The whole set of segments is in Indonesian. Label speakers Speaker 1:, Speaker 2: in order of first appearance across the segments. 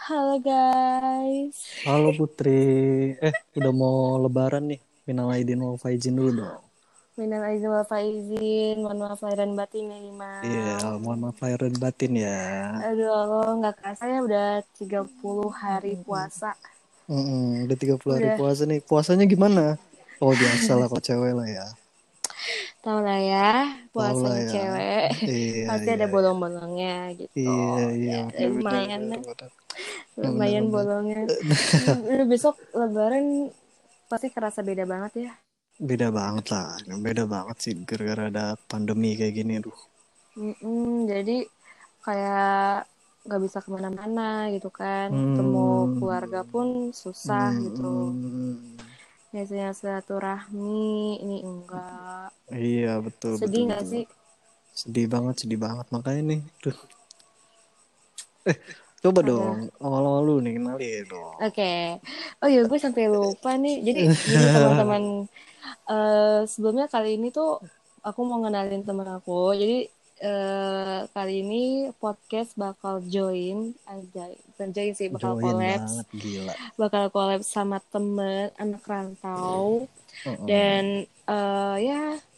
Speaker 1: Halo guys.
Speaker 2: Halo Putri, udah mau lebaran nih. Minal aidin wal faizin dulu dong.
Speaker 1: Minal aidin wal faizin, mohon maaf lahir dan batin ya
Speaker 2: Iya,
Speaker 1: Imam.
Speaker 2: mohon maaf lahir dan batin ya.
Speaker 1: Aduh Allah, nggak kerasa ya udah 30 hari puasa.
Speaker 2: Udah 30 hari
Speaker 1: Udah,
Speaker 2: puasa nih. Puasanya gimana? Oh biasa lah kok cewek lah ya.
Speaker 1: tau lah ya,
Speaker 2: Tahu lah
Speaker 1: puasanya
Speaker 2: ya.
Speaker 1: cewek.
Speaker 2: Iya,
Speaker 1: Pasti
Speaker 2: iya,
Speaker 1: ada
Speaker 2: iya.
Speaker 1: bolong-bolongnya gitu.
Speaker 2: Iya, iya,
Speaker 1: Ya,
Speaker 2: benar, benar,
Speaker 1: lumayan
Speaker 2: benar,
Speaker 1: lah.
Speaker 2: benar. Benar,
Speaker 1: Lumayan
Speaker 2: benar.
Speaker 1: bolongnya. Udah besok lebaran pasti kerasa beda banget ya.
Speaker 2: Beda banget lah. Beda banget sih gara-gara ada pandemi kayak gini. Aduh.
Speaker 1: Jadi kayak nggak bisa kemana-mana gitu kan, ketemu keluarga
Speaker 2: Hmm,
Speaker 1: pun susah gitu,
Speaker 2: hmm.
Speaker 1: biasanya silaturahmi ini enggak.
Speaker 2: Iya, betul, betul,
Speaker 1: Sedih nggak
Speaker 2: betul.
Speaker 1: sih?
Speaker 2: Sedih banget makanya nih. Duh. Coba
Speaker 1: Ada.
Speaker 2: dong, awal-awal lu nih kenalin dong.
Speaker 1: Oke. Oh ya, gue sampai lupa nih, jadi gini teman-teman, sebelumnya kali ini tuh aku mau ngenalin temen aku. Jadi kali ini podcast bakal join aja, bukan join sih, bakal
Speaker 2: Join
Speaker 1: collabs,
Speaker 2: banget gila.
Speaker 1: sama temen anak rantau.
Speaker 2: Heeh.
Speaker 1: Dan ya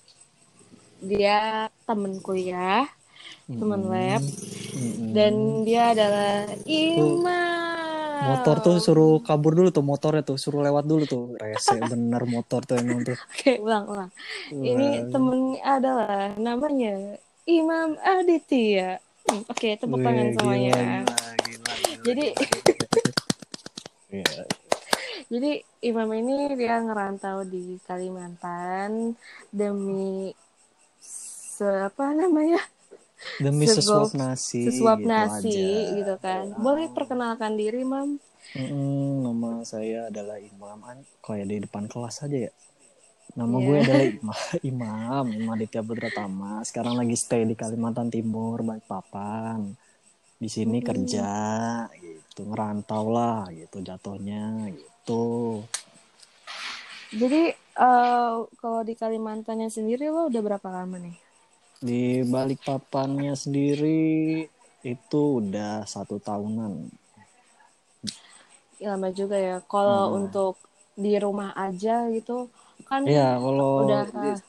Speaker 1: dia temen kuliah, temen lab,
Speaker 2: Mm-mm. Mm-mm.
Speaker 1: dan dia adalah
Speaker 2: Tuh motor tuh
Speaker 1: Imam.
Speaker 2: suruh kabur dulu tuh motornya tuh suruh lewat dulu tuh rese bener motor tuh emang tuh.
Speaker 1: Oke, ulang. Ini
Speaker 2: Wah,
Speaker 1: temen adalah namanya Imam Aditya. Oke, tepuk tangan
Speaker 2: wih, gila
Speaker 1: semuanya.
Speaker 2: gila gila gila
Speaker 1: Jadi
Speaker 2: gila gila gila. Iya.
Speaker 1: jadi Imam ini dia ngerantau di Kalimantan demi apa namanya,
Speaker 2: Demi
Speaker 1: segol
Speaker 2: sesuap nasi
Speaker 1: sesuap
Speaker 2: gitu
Speaker 1: nasi
Speaker 2: aja.
Speaker 1: gitu kan. Boleh perkenalkan diri, Mam?
Speaker 2: Nama saya adalah Imam. Kayak di depan kelas aja ya. Nama gue
Speaker 1: Ya.
Speaker 2: adalah Imam Aditya Putra Tama. Sekarang lagi stay di Kalimantan Timur, Balikpapan. Di sini kerja gitu, ngerantau lah gitu jatuhnya gitu.
Speaker 1: Jadi kalau di Kalimantannya sendiri lo udah berapa lama nih?
Speaker 2: Di Balikpapannya sendiri itu udah 1 tahunan.
Speaker 1: Ya, lama juga ya. Kalau
Speaker 2: Heeh.
Speaker 1: untuk di rumah aja gitu kan
Speaker 2: Ya kalau
Speaker 1: udah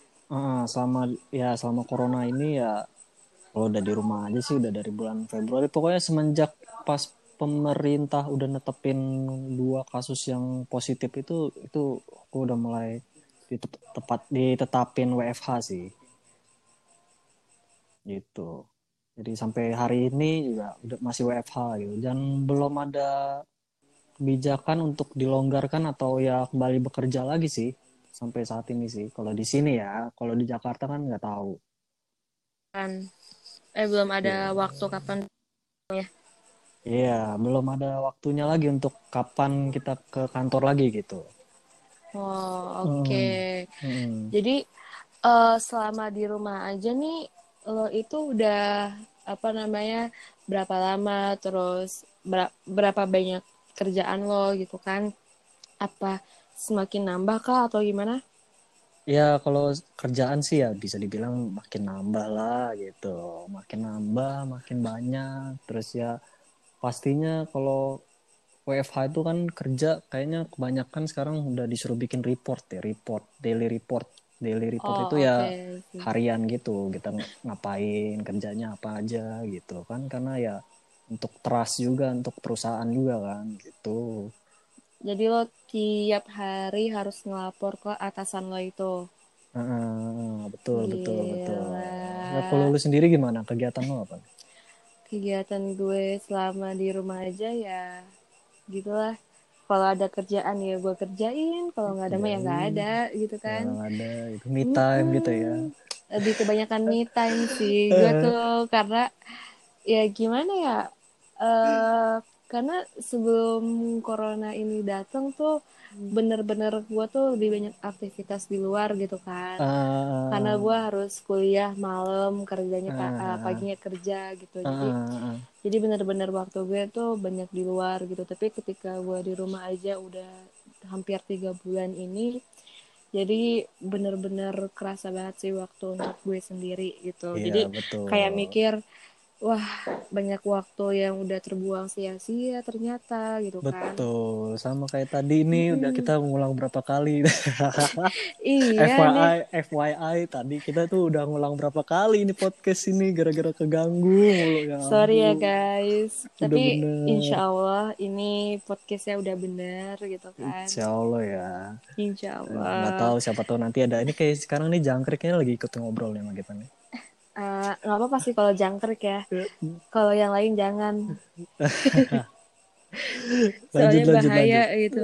Speaker 2: selama corona ini ya kalau udah di rumah aja sih udah dari bulan Februari. Pokoknya semenjak pas pemerintah udah netepin 2 kasus yang positif itu aku udah mulai ditetapin WFH sih gitu. Jadi sampai hari ini juga udah masih WFH gitu. Dan belum ada kebijakan untuk dilonggarkan atau ya kembali bekerja lagi sih sampai saat ini sih. Kalau di sini ya, kalau di Jakarta kan nggak tahu.
Speaker 1: kan belum ada
Speaker 2: Iya.
Speaker 1: waktu kapan ya.
Speaker 2: Iya, belum ada waktunya lagi untuk kapan kita ke kantor lagi gitu.
Speaker 1: Oh, oke.
Speaker 2: Hmm. Hmm.
Speaker 1: Jadi selama di rumah aja nih lo itu udah apa namanya, berapa lama, terus berapa banyak kerjaan lo gitu kan? Apa semakin nambah kah atau gimana?
Speaker 2: Ya, kalau kerjaan sih ya bisa dibilang makin nambah lah gitu. Makin nambah, makin banyak. Terus ya pastinya kalau WFH itu kan kerja kayaknya kebanyakan sekarang udah disuruh bikin report ya, daily report. Daily report itu
Speaker 1: Oh,
Speaker 2: ya
Speaker 1: oke sih.
Speaker 2: harian gitu. Kita ngapain, kerjanya apa aja gitu kan. Karena ya untuk trust juga, untuk perusahaan juga kan gitu.
Speaker 1: Jadi lo tiap hari harus ngelapor ke atasan lo itu.
Speaker 2: Betul, betul, betul. Nah, kalau
Speaker 1: Gila.
Speaker 2: lu sendiri gimana? Kegiatan lu apa?
Speaker 1: Kegiatan gue selama di rumah aja ya gitulah. Kalau ada kerjaan ya gue kerjain, kalau nggak ada mah ya nggak
Speaker 2: Kerjain,
Speaker 1: ada gitu kan.
Speaker 2: yang ada itu me time gitu ya.
Speaker 1: Mm-mm. Lebih kebanyakan me time sih gue tuh, karena ya gimana ya, eh karena sebelum corona ini datang tuh bener-bener gue tuh lebih banyak aktivitas di luar gitu kan, karena
Speaker 2: Eh,
Speaker 1: gue harus kuliah malam, kerjanya
Speaker 2: eh,
Speaker 1: paginya kerja gitu.
Speaker 2: eh,
Speaker 1: jadi
Speaker 2: eh, eh.
Speaker 1: jadi bener-bener waktu gue tuh banyak di luar gitu. Tapi ketika gue di rumah aja udah hampir 3 bulan ini, jadi bener-bener kerasa banget sih waktu untuk gue sendiri gitu.
Speaker 2: Iya
Speaker 1: Jadi kayak
Speaker 2: betul.
Speaker 1: mikir, wah banyak waktu yang udah terbuang sia-sia ternyata gitu kan.
Speaker 2: Betul, sama kayak tadi ini udah kita
Speaker 1: Mm-mm.
Speaker 2: ngulang berapa kali.
Speaker 1: Iya nih,
Speaker 2: FYI tadi kita tuh udah ngulang berapa kali ini podcast ini gara-gara keganggu mulu ya
Speaker 1: sorry ya
Speaker 2: ampun.
Speaker 1: guys.
Speaker 2: Udah
Speaker 1: Tapi
Speaker 2: bener.
Speaker 1: insya Allah ini podcastnya udah bener gitu kan.
Speaker 2: Insya Allah ya.
Speaker 1: Insya
Speaker 2: Nggak tahu
Speaker 1: Allah.
Speaker 2: siapa tahu nanti ada ini kayak sekarang nih jangkriknya lagi ikut ngobrol nih sama kita nih.
Speaker 1: Nggak apa-apa sih kalau jangkrik ya. Kalau yang lain jangan.
Speaker 2: Lanjut
Speaker 1: Soalnya
Speaker 2: lanjut
Speaker 1: bahaya
Speaker 2: lanjut.
Speaker 1: gitu.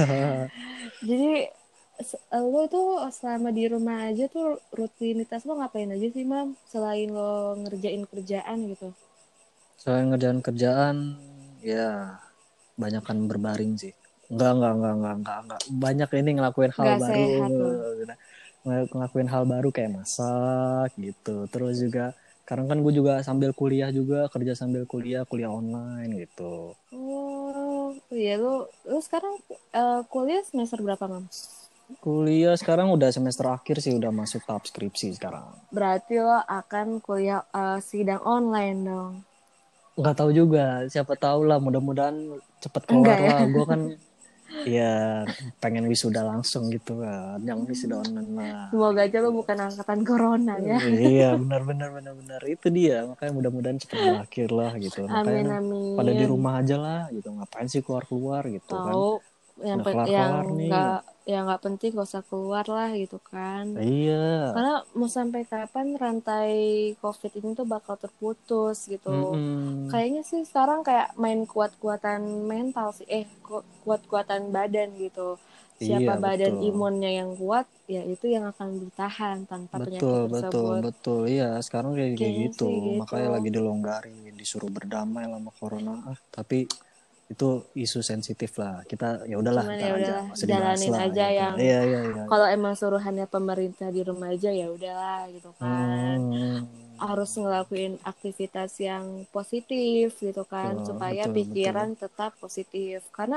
Speaker 1: Jadi lo tuh selama di rumah aja tuh rutinitas lo ngapain aja sih mam? Selain lo ngerjain kerjaan gitu.
Speaker 2: Saya ngerjain kerjaan ya banyakan berbaring sih. Enggak. Banyak ini ngelakuin hal
Speaker 1: Nggak
Speaker 2: baru.
Speaker 1: sehat lo.
Speaker 2: Ngelakuin hal baru kayak masak gitu. Terus juga sekarang kan gue juga sambil kuliah juga, kerja sambil kuliah, kuliah online gitu.
Speaker 1: Oh, iya lo sekarang kuliah semester berapa mam?
Speaker 2: Kuliah sekarang udah semester akhir sih, udah masuk tahap skripsi sekarang.
Speaker 1: Berarti lo akan kuliah sidang online dong.
Speaker 2: Nggak tahu juga, siapa tahu lah, mudah-mudahan cepet kelar
Speaker 1: Enggak ya?
Speaker 2: lah. Gue kan ya pengen wisuda langsung gitu kan, jangan wisuda online lah
Speaker 1: Semoga aja
Speaker 2: gitu.
Speaker 1: lo bukan angkatan corona ya.
Speaker 2: Iya benar itu dia, makanya mudah-mudahan cepet berakhir lah gitu. Makanya
Speaker 1: Amin
Speaker 2: pada di
Speaker 1: amin.
Speaker 2: rumah aja lah gitu, ngapain sih keluar-keluar gitu kan,
Speaker 1: Tahu
Speaker 2: udah
Speaker 1: yang
Speaker 2: kelar-kelar nih.
Speaker 1: nggak penting gak usah keluar lah gitu kan.
Speaker 2: Iya.
Speaker 1: Karena mau sampai kapan rantai COVID ini tuh bakal terputus gitu.
Speaker 2: Mm-mm.
Speaker 1: Kayaknya sih sekarang kayak main kuat-kuatan mental sih, kuat-kuatan badan gitu.
Speaker 2: Iya
Speaker 1: Siapa badan
Speaker 2: betul.
Speaker 1: imunnya yang kuat, ya itu yang akan bertahan tanpa
Speaker 2: Betul,
Speaker 1: penyakit
Speaker 2: betul,
Speaker 1: tersebut.
Speaker 2: betul. Iya, sekarang kayak kayak
Speaker 1: Kayaknya
Speaker 2: gitu.
Speaker 1: sih gitu.
Speaker 2: Makanya lagi dilonggarin, disuruh berdamai sama corona. Ah, tapi itu isu sensitif lah. Kita ya udahlah,
Speaker 1: Cuman
Speaker 2: ntar
Speaker 1: ya
Speaker 2: aja,
Speaker 1: udahlah,
Speaker 2: nggak usah dibahas
Speaker 1: jalanin
Speaker 2: lah
Speaker 1: aja
Speaker 2: gitu.
Speaker 1: yang
Speaker 2: Iya, iya, iya, iya.
Speaker 1: kalau emang suruhannya pemerintah di rumah aja ya udahlah gitu kan.
Speaker 2: Hmm,
Speaker 1: Harus ngelakuin aktivitas yang positif gitu kan
Speaker 2: betul,
Speaker 1: supaya
Speaker 2: betul, betul.
Speaker 1: pikiran tetap positif karena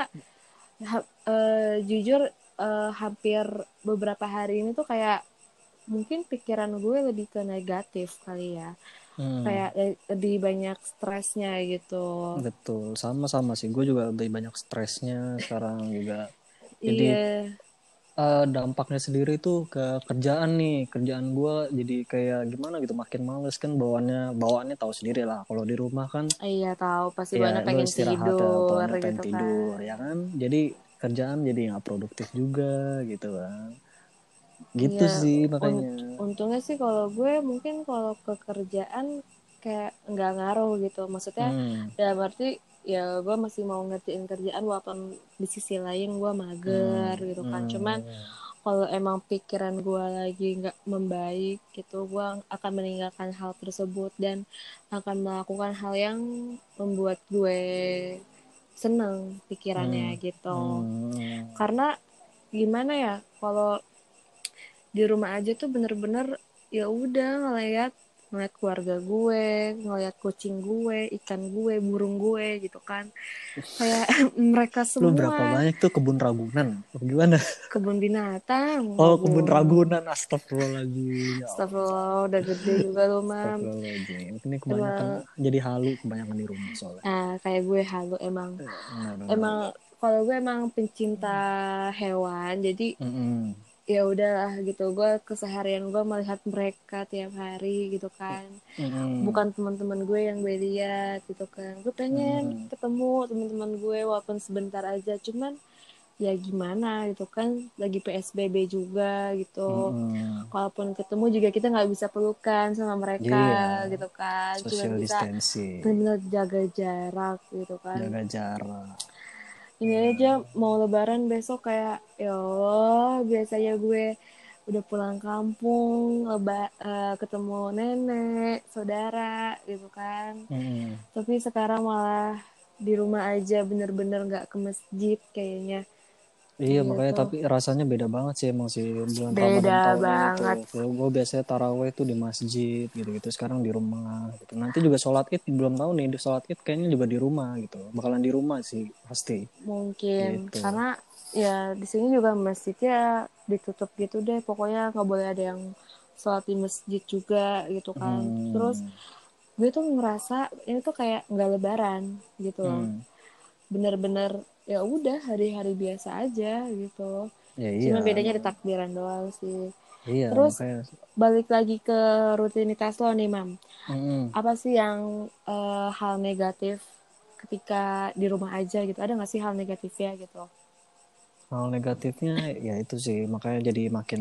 Speaker 1: jujur hampir beberapa hari ini tuh kayak mungkin pikiran gue lebih ke negatif kali ya,
Speaker 2: Hmm,
Speaker 1: kayak lebih banyak stresnya gitu.
Speaker 2: betul. Sama-sama sih. Gue juga lebih banyak stresnya sekarang juga. Jadi
Speaker 1: Iya,
Speaker 2: dampaknya sendiri tuh ke kerjaan nih, kerjaan gue jadi kayak gimana gitu, makin males kan bawaannya tahu sendiri lah kalau di rumah kan.
Speaker 1: iya tahu pasti
Speaker 2: Ya
Speaker 1: banyak
Speaker 2: lo
Speaker 1: pengen
Speaker 2: istirahat ya,
Speaker 1: tidur
Speaker 2: bawaannya pengen
Speaker 1: gitu
Speaker 2: tidur
Speaker 1: kan.
Speaker 2: ya kan, jadi kerjaan jadi nggak produktif juga gitu kan, gitu
Speaker 1: Iya,
Speaker 2: sih makanya.
Speaker 1: untungnya sih kalau gue mungkin kalau ke kerjaan kayak nggak ngaruh gitu. Maksudnya
Speaker 2: Hmm,
Speaker 1: dalam arti ya gue masih mau ngertiin kerjaan walaupun di sisi lain gue mager
Speaker 2: hmm,
Speaker 1: gitu kan. Cuman
Speaker 2: hmm.
Speaker 1: kalau emang pikiran gue lagi nggak membaik gitu, gue akan meninggalkan hal tersebut dan akan melakukan hal yang membuat gue seneng pikirannya
Speaker 2: Hmm,
Speaker 1: gitu.
Speaker 2: hmm.
Speaker 1: Karena gimana ya, kalau di rumah aja tuh bener-bener ya udah ngeliat keluarga gue, ngeliat kucing gue, ikan gue, burung gue gitu kan, kayak mereka
Speaker 2: Lu berapa
Speaker 1: semua.
Speaker 2: banyak tuh kebun Ragunan apa gimana?
Speaker 1: Kebun binatang,
Speaker 2: Oh kebun
Speaker 1: kebun.
Speaker 2: Ragunan, astagfirullahaladzim ya Allah.
Speaker 1: Astagfirullah, udah gede juga lu mam.
Speaker 2: Astagfirullahaladzim, ini kebanyakan
Speaker 1: Emang
Speaker 2: jadi halu kebanyakan di rumah soalnya.
Speaker 1: kayak gue halu emang.
Speaker 2: Benar-benar.
Speaker 1: Emang kalau gue emang pencinta hewan, jadi
Speaker 2: Mm-mm.
Speaker 1: ya udahlah gitu, gue keseharian gue melihat mereka tiap hari gitu kan,
Speaker 2: Mm-mm.
Speaker 1: bukan teman-teman gue yang gue lihat gitu kan. Gue pengen
Speaker 2: Mm-mm.
Speaker 1: ketemu teman-teman gue walaupun sebentar aja, cuman ya gimana gitu kan, lagi PSBB juga gitu.
Speaker 2: Mm-mm.
Speaker 1: Kalaupun ketemu juga kita nggak bisa pelukan sama mereka
Speaker 2: Iya,
Speaker 1: gitu kan, cuman
Speaker 2: social
Speaker 1: bisa
Speaker 2: distancing,
Speaker 1: benar-benar jaga jarak gitu kan.
Speaker 2: jaga jarak.
Speaker 1: Ini aja mau lebaran besok kayak ya Allah, biasanya gue udah pulang kampung, ketemu nenek, saudara gitu kan.
Speaker 2: Mm-mm.
Speaker 1: Tapi sekarang malah di rumah aja, bener-bener nggak ke masjid kayaknya
Speaker 2: Iya makanya,
Speaker 1: gitu.
Speaker 2: tapi rasanya beda banget sih emang sih bulan Ramadan
Speaker 1: Beda
Speaker 2: tahun ini tuh.
Speaker 1: banget.
Speaker 2: Gue biasanya taraweh tuh di masjid gitu-gitu. Sekarang di rumah gitu. Nanti juga sholat id belum tahu nih. Sholat id kayaknya juga di rumah gitu. Bakalan di rumah sih pasti
Speaker 1: Mungkin
Speaker 2: gitu.
Speaker 1: karena ya di sini juga masjidnya ditutup gitu deh. Pokoknya nggak boleh ada yang sholat di masjid juga gitu kan. Terus
Speaker 2: Hmm.
Speaker 1: gue tuh ngerasa ini tuh kayak nggak lebaran gitu loh. Bener-bener ya udah hari-hari biasa aja gitu.
Speaker 2: Ya iya
Speaker 1: Cuma bedanya di
Speaker 2: emang.
Speaker 1: takbiran doang sih.
Speaker 2: Iya
Speaker 1: Terus
Speaker 2: makanya.
Speaker 1: balik lagi ke rutinitas lo nih, Mam.
Speaker 2: Mm-mm.
Speaker 1: Apa sih yang hal negatif ketika di rumah aja gitu? Ada nggak sih hal negatifnya gitu?
Speaker 2: Hal negatifnya ya itu sih, makanya jadi makin,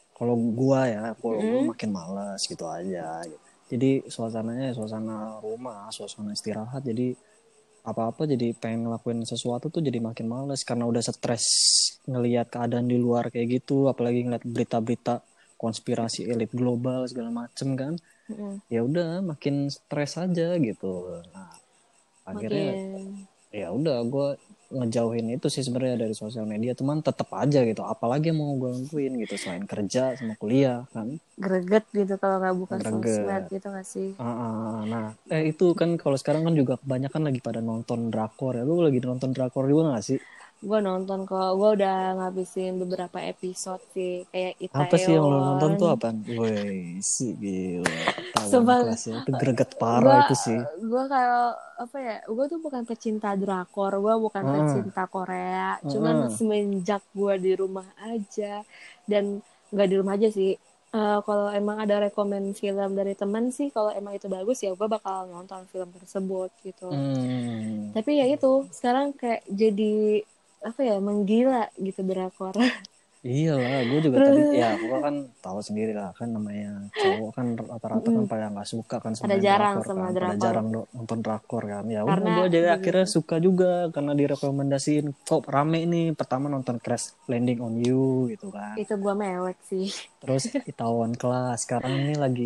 Speaker 2: kalau gua
Speaker 1: Mm-mm.
Speaker 2: makin malas gitu aja gitu. Jadi suasananya suasana rumah, suasana istirahat, jadi apa-apa jadi pengen ngelakuin sesuatu tuh jadi makin males karena udah stres ngelihat keadaan di luar kayak gitu, apalagi ngeliat berita-berita konspirasi elit global segala macem kan.
Speaker 1: Mm-mm.
Speaker 2: Ya udah makin stres aja gitu. Nah, akhirnya
Speaker 1: Makin
Speaker 2: ya udah gue ngejauhin itu sih sebenarnya dari sosial media, cuman tetap aja gitu, apalagi yang mau gue lakuin gitu selain kerja sama kuliah kan.
Speaker 1: greget gitu kalau nggak buka sosmed
Speaker 2: Greget.
Speaker 1: gitu nggak sih?
Speaker 2: Nah, itu kan kalau sekarang kan juga kebanyakan lagi pada nonton drakor ya. Lu lagi nonton drakor juga gak sih?
Speaker 1: Gue nonton kok, gue udah ngabisin beberapa episode sih, kayak
Speaker 2: Apa sih yang lo nonton
Speaker 1: Itaewon.
Speaker 2: tuh apaan? Woi, sih gila. Tawan
Speaker 1: Sumpah,
Speaker 2: kelas ya. Itu greget parah
Speaker 1: gue
Speaker 2: itu sih.
Speaker 1: gue kalau apa ya, gue tuh bukan pecinta drakor, gue bukan
Speaker 2: Heeh,
Speaker 1: pecinta Korea, cuman
Speaker 2: heeh.
Speaker 1: semenjak gue di rumah aja, dan nggak di rumah aja sih. Kalau emang ada rekomen film dari teman sih, kalau emang itu bagus ya gue bakal nonton film tersebut gitu.
Speaker 2: Hmm.
Speaker 1: Tapi ya itu sekarang kayak jadi apa ya, menggila gitu drakor.
Speaker 2: Iyalah, gue juga tadi ya,
Speaker 1: Terus
Speaker 2: gue kan tahu sendiri lah kan, namanya cowok kan rata-rata kan pada nggak suka kan sama
Speaker 1: pada
Speaker 2: yang
Speaker 1: jarang
Speaker 2: drakor
Speaker 1: sama
Speaker 2: kan, pada
Speaker 1: drakor
Speaker 2: jarang nonton drakor kan. Ya udah
Speaker 1: karena
Speaker 2: gue jadi akhirnya
Speaker 1: begitu.
Speaker 2: suka juga karena direkomendasiin, kok rame nih. Pertama nonton Crash Landing on You gitu kan.
Speaker 1: Itu gue mewek sih.
Speaker 2: Terus Itaewon Class. Sekarang ini lagi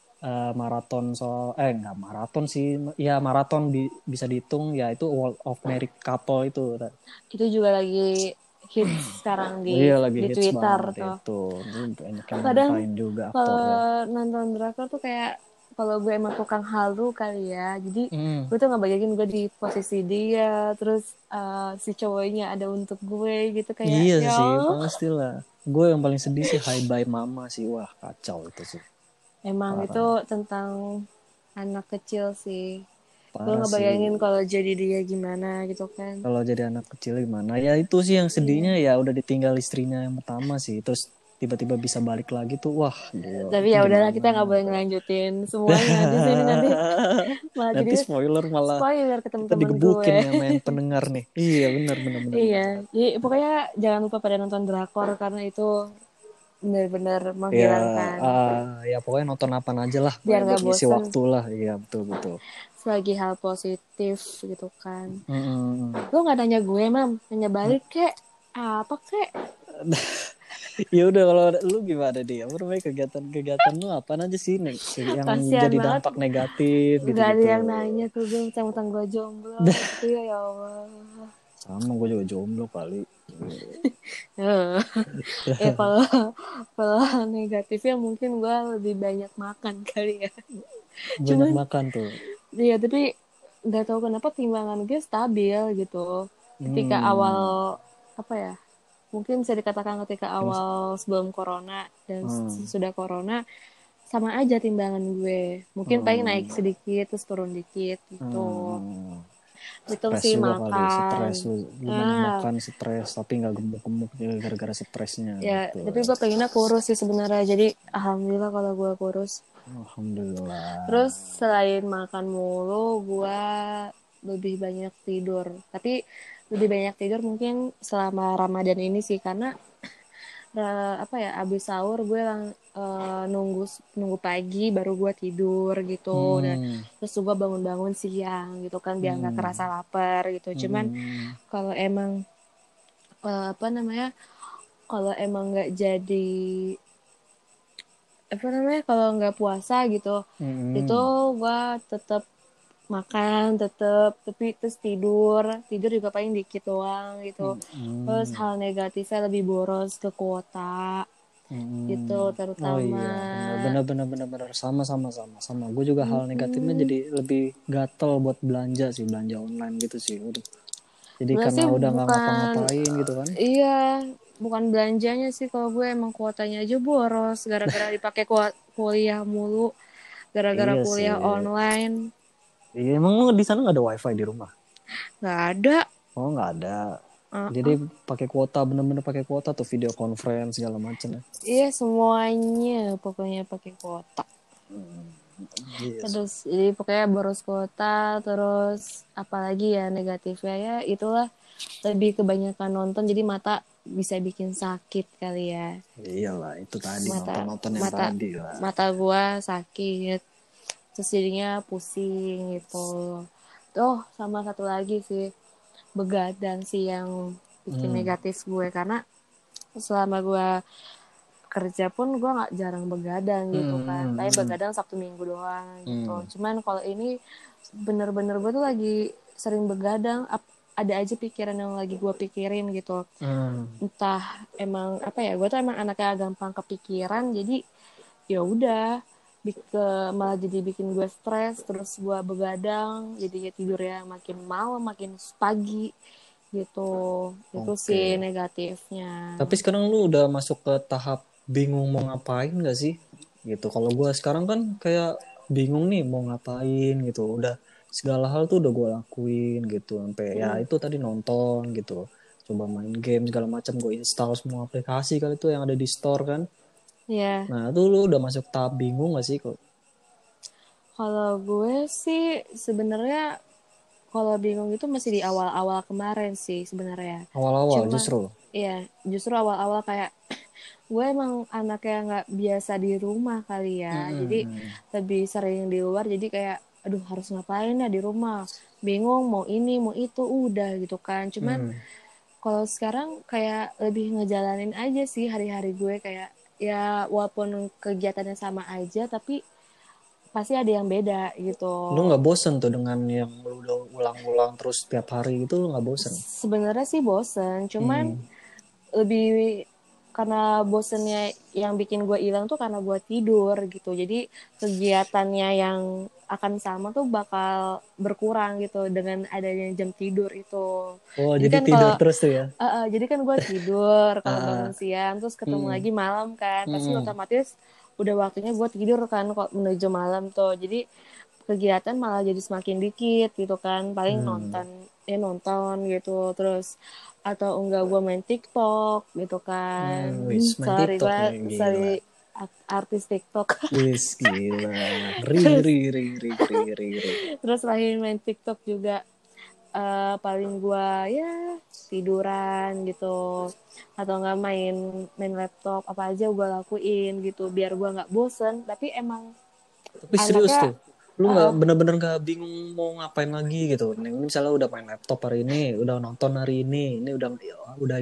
Speaker 2: maraton soal nggak maraton sih, ya maraton bisa dihitung ya, itu World of Married Couple itu.
Speaker 1: Itu juga lagi hits sekarang
Speaker 2: Iya
Speaker 1: di
Speaker 2: lagi hits
Speaker 1: Twitter
Speaker 2: banget
Speaker 1: tuh.
Speaker 2: itu. Ini banyak yang
Speaker 1: Kadang
Speaker 2: nyeritain juga aktornya.
Speaker 1: kalau nonton drakor tuh kayak kalau gue emang tukang halu kali ya, jadi
Speaker 2: Hmm.
Speaker 1: gue tuh nggak bayangin gue di posisi dia, terus si cowoknya ada untuk gue gitu, kayak
Speaker 2: Iya
Speaker 1: ya
Speaker 2: sih,
Speaker 1: Allah.
Speaker 2: pastilah. Gue yang paling sedih sih Hi Bye Mama sih. Wah, kacau itu sih.
Speaker 1: Emang itu
Speaker 2: Parah.
Speaker 1: tentang anak kecil sih. Gue
Speaker 2: Parah
Speaker 1: nggak
Speaker 2: sih.
Speaker 1: bayangin kalau jadi dia gimana gitu kan.
Speaker 2: Kalau jadi anak kecil gimana? Ya itu sih yang sedihnya,
Speaker 1: Iya.
Speaker 2: ya udah ditinggal istrinya yang pertama sih. Terus tiba-tiba bisa balik lagi tuh. Wah, gila.
Speaker 1: Tapi
Speaker 2: Itu
Speaker 1: ya udahlah,
Speaker 2: gimana
Speaker 1: kita nggak boleh
Speaker 2: tuh?
Speaker 1: ngelanjutin semuanya di sini, nanti malah
Speaker 2: Nanti
Speaker 1: jadi
Speaker 2: spoiler malah
Speaker 1: spoiler ke
Speaker 2: kita
Speaker 1: teman-teman gue.
Speaker 2: digebukin ya main pendengar nih. Iya, benar benar benar
Speaker 1: Iya,
Speaker 2: benar benar.
Speaker 1: jadi pokoknya jangan lupa pada nonton drakor karena itu benar-benar
Speaker 2: Ya,
Speaker 1: menghilangkan.
Speaker 2: ya pokoknya nonton apa aja lah,
Speaker 1: Biar
Speaker 2: pokoknya buat
Speaker 1: nggak
Speaker 2: ngisi
Speaker 1: bosen
Speaker 2: waktu lah. Iya, betul betul.
Speaker 1: selagi hal positif gitu kan.
Speaker 2: Mm-mm.
Speaker 1: Lo nggak nanya gue, Mam, nanya balik kek apa kek?
Speaker 2: Ya udah, kalau lu gimana deh? Apa namanya, kegiatan-kegiatan lu apa aja sih yang
Speaker 1: Kasihan
Speaker 2: jadi
Speaker 1: banget,
Speaker 2: dampak negatif
Speaker 1: nggak ada
Speaker 2: gitu-gitu?
Speaker 1: yang nanya ke gue, mentang-mentang gue jomblo gitu ya, ya Allah.
Speaker 2: Sama gue juga jomblo kali.
Speaker 1: Eh, ya kalau kalau negatifnya mungkin gue lebih banyak makan kali ya.
Speaker 2: Banyak
Speaker 1: Cuman
Speaker 2: makan tuh.
Speaker 1: ya tapi nggak tahu kenapa timbangan gue stabil gitu. Ketika awal
Speaker 2: Hmm.
Speaker 1: apa ya? Mungkin bisa dikatakan ketika
Speaker 2: Mas-
Speaker 1: awal sebelum corona dan
Speaker 2: Hmm.
Speaker 1: sudah corona sama aja timbangan gue. Mungkin paling naik
Speaker 2: Hmm.
Speaker 1: sedikit terus turun dikit gitu.
Speaker 2: Hmm.
Speaker 1: Itu
Speaker 2: Stres
Speaker 1: sih
Speaker 2: juga kali,
Speaker 1: makan.
Speaker 2: stres lu banyak
Speaker 1: Nah,
Speaker 2: makan, stres tapi nggak gemuk-gemuk juga gara-gara stresnya
Speaker 1: ya
Speaker 2: gitu.
Speaker 1: tapi gue pengennya kurus sih sebenarnya. Jadi alhamdulillah kalau gue kurus. Terus
Speaker 2: Alhamdulillah.
Speaker 1: selain makan mulu, gue lebih banyak tidur. Tapi lebih banyak tidur mungkin selama Ramadan ini sih, karena apa ya, abis sahur gue nunggu nunggu pagi baru gue tidur gitu. Dan
Speaker 2: Hmm.
Speaker 1: terus gue bangun-bangun siang gitu kan biar nggak kerasa
Speaker 2: Hmm.
Speaker 1: lapar gitu. Cuman
Speaker 2: Hmm.
Speaker 1: kalau emang apa namanya, kalau emang nggak jadi apa namanya, kalau nggak puasa gitu, itu
Speaker 2: Hmm.
Speaker 1: gue tetap makan tetap, tapi terus tidur tidur juga paling dikit doang gitu. Terus
Speaker 2: Hmm.
Speaker 1: hal negatifnya lebih boros ke kuota gitu
Speaker 2: Hmm. Oh
Speaker 1: terutama.
Speaker 2: iya, benar benar benar benar benar, sama sama sama sama. Gue juga hal negatifnya
Speaker 1: Mm-mm.
Speaker 2: jadi lebih gatel buat belanja sih, belanja online gitu sih. Udah. Jadi
Speaker 1: Sebenarnya
Speaker 2: karena
Speaker 1: sih
Speaker 2: udah nggak
Speaker 1: bukan,
Speaker 2: ngapa-ngapain gitu kan.
Speaker 1: iya, bukan belanjanya sih, kalau gue emang kuotanya aja boros gara-gara dipakai kuliah mulu. gara-gara
Speaker 2: Iya sih.
Speaker 1: kuliah online.
Speaker 2: Iya, emang lu di sana nggak ada wifi di rumah?
Speaker 1: Nggak ada.
Speaker 2: Oh nggak ada. Jadi
Speaker 1: Uh-uh.
Speaker 2: pakai kuota, bener-bener pakai kuota tuh, video conference segala macam ya.
Speaker 1: Iya semuanya pokoknya pakai kuota.
Speaker 2: Iya sih.
Speaker 1: Terus jadi pokoknya boros kuota, terus apalagi ya negatifnya ya itulah, lebih kebanyakan nonton jadi mata bisa bikin sakit kali ya.
Speaker 2: Iyalah itu tadi,
Speaker 1: Mata
Speaker 2: nonton-nonton yang
Speaker 1: mata
Speaker 2: tadi lah.
Speaker 1: mata gua sakit. Terus jadinya pusing gitu. Tuh sama satu lagi sih, begadang sih yang bikin
Speaker 2: Hmm.
Speaker 1: negatif gue, karena selama gue kerja pun gue nggak jarang begadang gitu kan, tapi
Speaker 2: Hmm.
Speaker 1: begadang Sabtu Minggu doang gitu.
Speaker 2: Hmm.
Speaker 1: Cuman kalau ini bener-bener gue tuh lagi sering begadang, ada aja pikiran yang lagi gue pikirin gitu.
Speaker 2: Hmm.
Speaker 1: Entah emang apa ya, gue tuh emang anaknya gampang kepikiran, jadi ya udah malah jadi bikin gue stres, terus gue begadang jadi tidur ya makin malam makin pagi gitu. Itu sih
Speaker 2: Oke.
Speaker 1: negatifnya.
Speaker 2: Tapi sekarang lu udah masuk ke tahap bingung mau ngapain gak sih? Gitu. Kalau gue sekarang kan kayak bingung nih mau ngapain gitu. Udah segala hal tuh udah gue lakuin gitu. Sampai ya
Speaker 1: Mm.
Speaker 2: itu tadi nonton gitu. Coba main game segala macam, gue install semua aplikasi kali itu yang ada di store kan.
Speaker 1: Ya,
Speaker 2: Nah, itu lu udah masuk tahap bingung gak sih kok?
Speaker 1: kalau gue sih sebenarnya kalau bingung itu masih di awal-awal kemarin sih sebenarnya.
Speaker 2: Awal-awal
Speaker 1: Cuma
Speaker 2: justru.
Speaker 1: ya justru awal-awal kayak gue emang anak yang nggak biasa di rumah kali ya, jadi
Speaker 2: Mm-mm.
Speaker 1: lebih sering di luar, jadi kayak aduh harus ngapain ya di rumah, bingung mau ini mau itu udah gitu kan. Cuman
Speaker 2: Mm.
Speaker 1: kalau sekarang kayak lebih ngejalanin aja sih hari-hari gue, kayak ya walaupun kegiatannya sama aja tapi pasti ada yang beda gitu.
Speaker 2: Lu nggak bosen tuh dengan yang lu udah ulang-ulang terus tiap hari gitu, lu nggak bosen?
Speaker 1: Sebenarnya sih bosen, cuman
Speaker 2: Hmm.
Speaker 1: lebih karena bosennya yang bikin gue hilang tuh karena gue tidur gitu, jadi kegiatannya yang akan sama tuh bakal berkurang gitu dengan adanya jam tidur itu.
Speaker 2: Oh,
Speaker 1: Jadi
Speaker 2: jadi
Speaker 1: kan
Speaker 2: tidur
Speaker 1: kalau
Speaker 2: terus tuh ya?
Speaker 1: jadi kan gue tidur kalau bangun
Speaker 2: Ah, ah.
Speaker 1: siang terus ketemu
Speaker 2: Hmm.
Speaker 1: lagi malam kan, pasti
Speaker 2: Hmm.
Speaker 1: otomatis udah waktunya gue tidur kan kok menuju malam tuh, jadi kegiatan malah jadi semakin dikit gitu kan, paling
Speaker 2: Hmm.
Speaker 1: nonton gitu, terus atau enggak gue main TikTok gitu kan.
Speaker 2: Wis, main
Speaker 1: Sorry
Speaker 2: TikTok
Speaker 1: gue
Speaker 2: nih, gila.
Speaker 1: sorry artis TikTok.
Speaker 2: Wis, gila. Ngeri,
Speaker 1: terus
Speaker 2: ngeri, ngeri, ngeri, ngeri, ngeri, ngeri.
Speaker 1: terus lagi main TikTok juga, paling gue ya tiduran gitu, atau enggak main main laptop, apa aja gue lakuin gitu biar gue nggak bosen, tapi emang
Speaker 2: Tapi serius
Speaker 1: anaknya
Speaker 2: tuh, lu nggak
Speaker 1: uh,
Speaker 2: bener-bener nggak bingung mau ngapain lagi gitu? Nih, misalnya udah main laptop hari ini, udah nonton hari ini udah ya,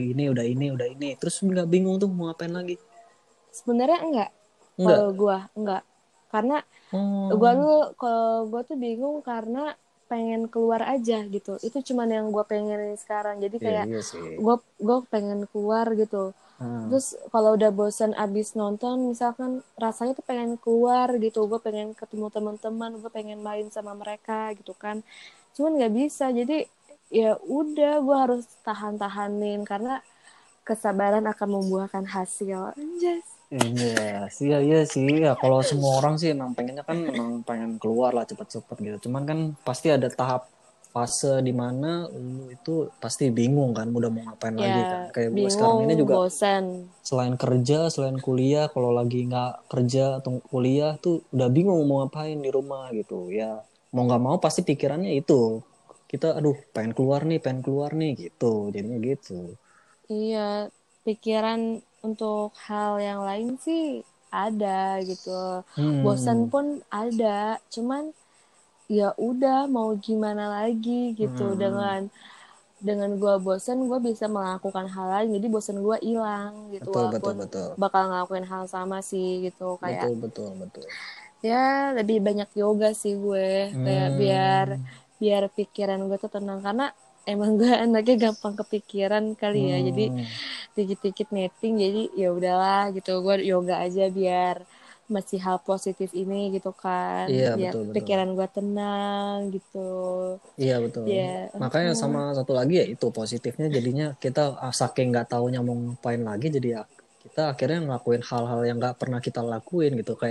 Speaker 2: udah ini, terus nggak bingung tuh mau ngapain lagi?
Speaker 1: sebenarnya enggak. Kalau
Speaker 2: Enggak.
Speaker 1: gue enggak, karena gue
Speaker 2: Oh,
Speaker 1: tuh kalau gue tuh bingung karena pengen keluar aja gitu, itu cuman yang gue pengen sekarang, jadi
Speaker 2: iya
Speaker 1: kayak
Speaker 2: iya sih.
Speaker 1: gue pengen keluar gitu.
Speaker 2: Ah,
Speaker 1: Terus kalau udah bosan abis nonton misalkan, rasanya tuh pengen keluar gitu, gue pengen ketemu teman-teman, gue pengen main sama mereka gitu kan, cuman nggak bisa, jadi ya udah gue harus tahan-tahanin karena kesabaran akan membuahkan hasil, anjas.
Speaker 2: iya sih, iya sih. Ya kalau semua orang sih emang pengennya kan emang pengen keluar lah cepet-cepet gitu. Cuman kan pasti ada tahap fase di mana lu itu pasti bingung kan, udah mau ngapain lagi kan.
Speaker 1: Ya
Speaker 2: Kayak gue sekarang ini
Speaker 1: bingung,
Speaker 2: juga
Speaker 1: bosan.
Speaker 2: selain kerja, selain kuliah, kalau lagi nggak kerja atau kuliah tuh udah bingung mau ngapain di rumah gitu. Ya mau nggak mau pasti pikirannya itu. Kita aduh pengen keluar nih gitu. Jadinya gitu.
Speaker 1: Iya, pikiran untuk hal yang lain sih ada gitu. Bosan
Speaker 2: Hmm.
Speaker 1: pun ada, cuman ya udah mau gimana lagi gitu,
Speaker 2: Hmm.
Speaker 1: dengan gue bosan gue bisa melakukan hal lain, jadi bosan gue hilang gitu,
Speaker 2: Betul, betul,
Speaker 1: walaupun
Speaker 2: betul.
Speaker 1: bakal ngelakuin hal sama sih gitu, kayak
Speaker 2: Betul, betul, betul.
Speaker 1: ya lebih banyak yoga sih gue, kayak biar
Speaker 2: Hmm,
Speaker 1: biar pikiran gue tuh tenang, karena emang gue anaknya gampang kepikiran kali ya, jadi
Speaker 2: hmm,
Speaker 1: dikit-dikit netting, jadi ya udahlah gitu, gue yoga aja biar masih hal positif ini gitu kan,
Speaker 2: iya
Speaker 1: biar
Speaker 2: betul betul.
Speaker 1: pikiran gue tenang gitu
Speaker 2: Iya betul.
Speaker 1: ya.
Speaker 2: Makanya sama satu lagi ya itu positifnya jadinya kita saking nggak taunya mau ngapain lagi jadi ya kita akhirnya ngelakuin hal-hal yang nggak pernah kita lakuin gitu kayak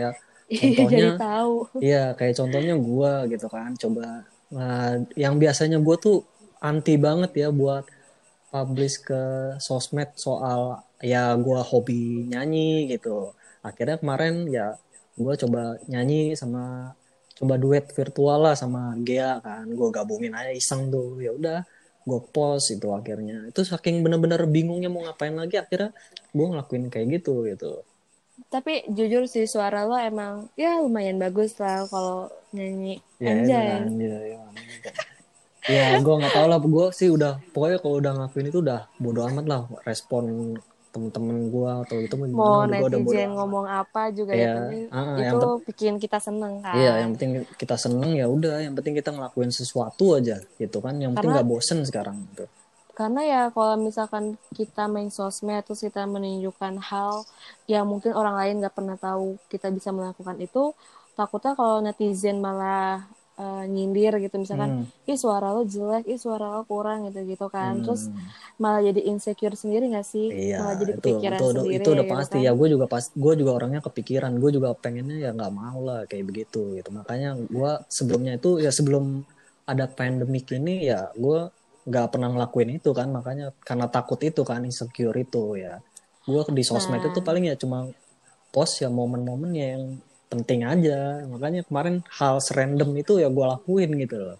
Speaker 2: Contohnya,
Speaker 1: Jadi tahu.
Speaker 2: iya kayak contohnya gue gitu kan, coba yang biasanya gue tuh anti banget ya buat publish ke sosmed soal ya gue hobi nyanyi gitu. Akhirnya kemarin ya gue coba nyanyi sama coba duet virtual lah sama Gea kan. Gue gabungin aja iseng tuh. Ya udah gue post itu akhirnya. Itu saking bener-bener bingungnya mau ngapain lagi akhirnya gue ngelakuin kayak gitu gitu.
Speaker 1: Tapi jujur sih suara lo emang ya lumayan bagus lah kalau nyanyi.
Speaker 2: Ya itu
Speaker 1: Anjay.
Speaker 2: kan ya. Ya gue nggak tahu lah, gue sih udah pokoknya kalau udah ngelakuin itu udah bodo amat lah respon temen-temen gue atau itu gimana
Speaker 1: Mau
Speaker 2: udah gue udah bodo
Speaker 1: netizen
Speaker 2: amat.
Speaker 1: ngomong apa juga
Speaker 2: Ya
Speaker 1: yang penting
Speaker 2: yang
Speaker 1: itu bikin kita seneng
Speaker 2: iya yang
Speaker 1: kan.
Speaker 2: penting kita seneng ya udah, yang penting kita ngelakuin sesuatu aja gitu kan, yang penting
Speaker 1: Karena
Speaker 2: nggak bosen sekarang gitu.
Speaker 1: ya kalau misalkan kita main sosmed terus kita menunjukkan hal yang mungkin orang lain nggak pernah tahu kita bisa melakukan itu, takutnya kalau netizen malah nyindir gitu misalkan,
Speaker 2: Hmm,
Speaker 1: ih suara lo jelek, ih suara lo kurang gitu gitu kan, terus
Speaker 2: hmm.
Speaker 1: malah jadi insecure sendiri nggak sih,
Speaker 2: Iya,
Speaker 1: malah jadi
Speaker 2: itu
Speaker 1: kepikiran
Speaker 2: itu
Speaker 1: sendiri
Speaker 2: udah
Speaker 1: gitu
Speaker 2: pasti
Speaker 1: kan.
Speaker 2: ya. Gue juga orangnya kepikiran. Gue juga pengennya ya nggak mau lah kayak begitu gitu. Makanya gue sebelumnya itu ya sebelum ada pandemik ini ya gue nggak pernah ngelakuin itu kan. Makanya karena takut itu kan, insecure itu ya. Gue di sosmed itu
Speaker 1: Nah,
Speaker 2: paling ya cuma post ya momen-momen yang penting aja. Makanya kemarin hal serandom itu ya gue lakuin gitu loh.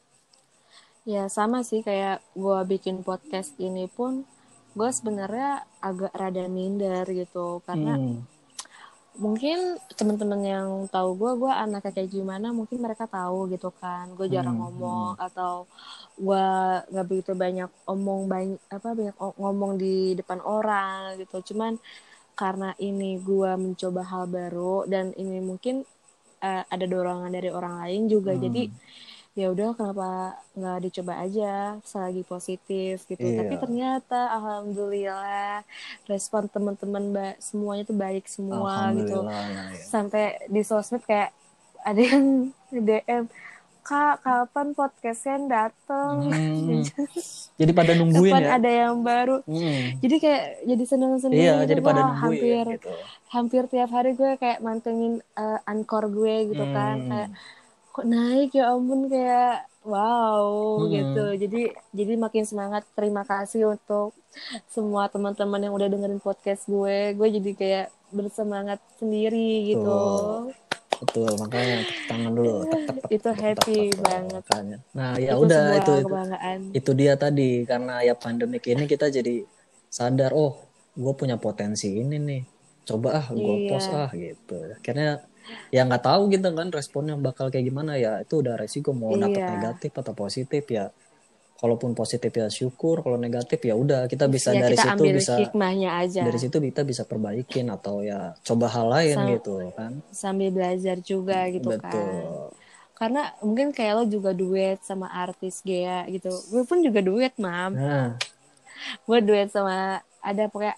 Speaker 1: ya sama sih kayak gue bikin podcast ini pun gue sebenarnya agak rada minder gitu karena
Speaker 2: Hmm,
Speaker 1: mungkin teman-teman yang tahu gue anaknya kayak gimana mungkin mereka tahu gitu kan, gue jarang
Speaker 2: hmm,
Speaker 1: ngomong
Speaker 2: hmm.
Speaker 1: atau gue nggak begitu banyak omong banyak apa banyak ngomong di depan orang gitu, cuman karena ini gue mencoba hal baru dan ini mungkin ada dorongan dari orang lain juga, jadi
Speaker 2: Hmm.
Speaker 1: ya udah kenapa nggak dicoba aja selagi positif gitu, tapi
Speaker 2: Iya,
Speaker 1: ternyata alhamdulillah respon teman-teman semuanya tuh baik semua gitu,
Speaker 2: alhamdulillah lah ya.
Speaker 1: sampai di sosmed kayak ada yang DM, kak kapan podcastnya dateng.
Speaker 2: Hmm. Jadi pada nungguin
Speaker 1: Kapan
Speaker 2: ya.
Speaker 1: ada yang baru,
Speaker 2: Hmm.
Speaker 1: jadi kayak jadi seneng
Speaker 2: Iya,
Speaker 1: sendiri gitu,
Speaker 2: jadi pada
Speaker 1: wah
Speaker 2: nungguin
Speaker 1: hampir
Speaker 2: gitu.
Speaker 1: hampir tiap hari gue kayak mantengin Anchor gue gitu kan, kayak
Speaker 2: Hmm.
Speaker 1: kok naik ya ampun, kayak wow gitu,
Speaker 2: Hmm.
Speaker 1: jadi makin semangat. Terima kasih untuk semua teman-teman yang udah dengerin podcast gue jadi kayak bersemangat sendiri gitu.
Speaker 2: Betul. Betul, makanya tepuk tangan dulu. Tep tep tep
Speaker 1: Itu
Speaker 2: tep tep tep
Speaker 1: happy
Speaker 2: tuh,
Speaker 1: banget,
Speaker 2: makanya. Nah, ya
Speaker 1: itu
Speaker 2: udah
Speaker 1: sebuah
Speaker 2: itu
Speaker 1: kebanggaan.
Speaker 2: itu dia tadi karena ya pandemik ini kita jadi sadar, oh, gue punya potensi ini nih. Coba gue post
Speaker 1: Iya,
Speaker 2: gitu. Akhirnya ya nggak tahu gitu kan responnya bakal kayak gimana ya. Itu udah resiko mau dapat
Speaker 1: iya,
Speaker 2: negatif atau positif ya. Kalaupun positif ya syukur, kalau negatif ya udah kita bisa
Speaker 1: ya
Speaker 2: dari
Speaker 1: kita
Speaker 2: situ
Speaker 1: ambil
Speaker 2: bisa
Speaker 1: hikmahnya
Speaker 2: dari
Speaker 1: aja.
Speaker 2: situ kita bisa perbaikin atau ya coba hal lain
Speaker 1: Sam-
Speaker 2: gitu kan.
Speaker 1: Sambil belajar juga gitu kan,
Speaker 2: Betul.
Speaker 1: karena mungkin kayak lo juga duet sama artis Gea gitu, gue pun juga duet mam,
Speaker 2: Nah,
Speaker 1: gue duet sama ada pokoknya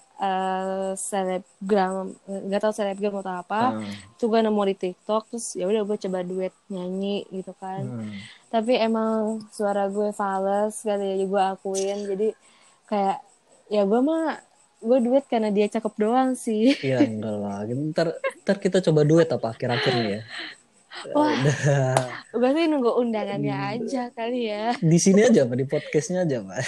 Speaker 1: selebgram, nggak tahu selebgram atau apa,
Speaker 2: ah,
Speaker 1: itu gue nemu di TikTok, terus ya udah gue coba duet nyanyi gitu kan,
Speaker 2: hmm.
Speaker 1: tapi emang suara gue fals kali ya gue akuin, jadi kayak ya gue duet karena dia cakep doang sih.
Speaker 2: Ya enggak lah. Ntar, ntar kita coba duet apa akhir-akhir nih ya.
Speaker 1: Wah,
Speaker 2: Udah
Speaker 1: gue sih nunggu undangannya aja kali ya.
Speaker 2: di sini aja pak, di podcastnya aja pak.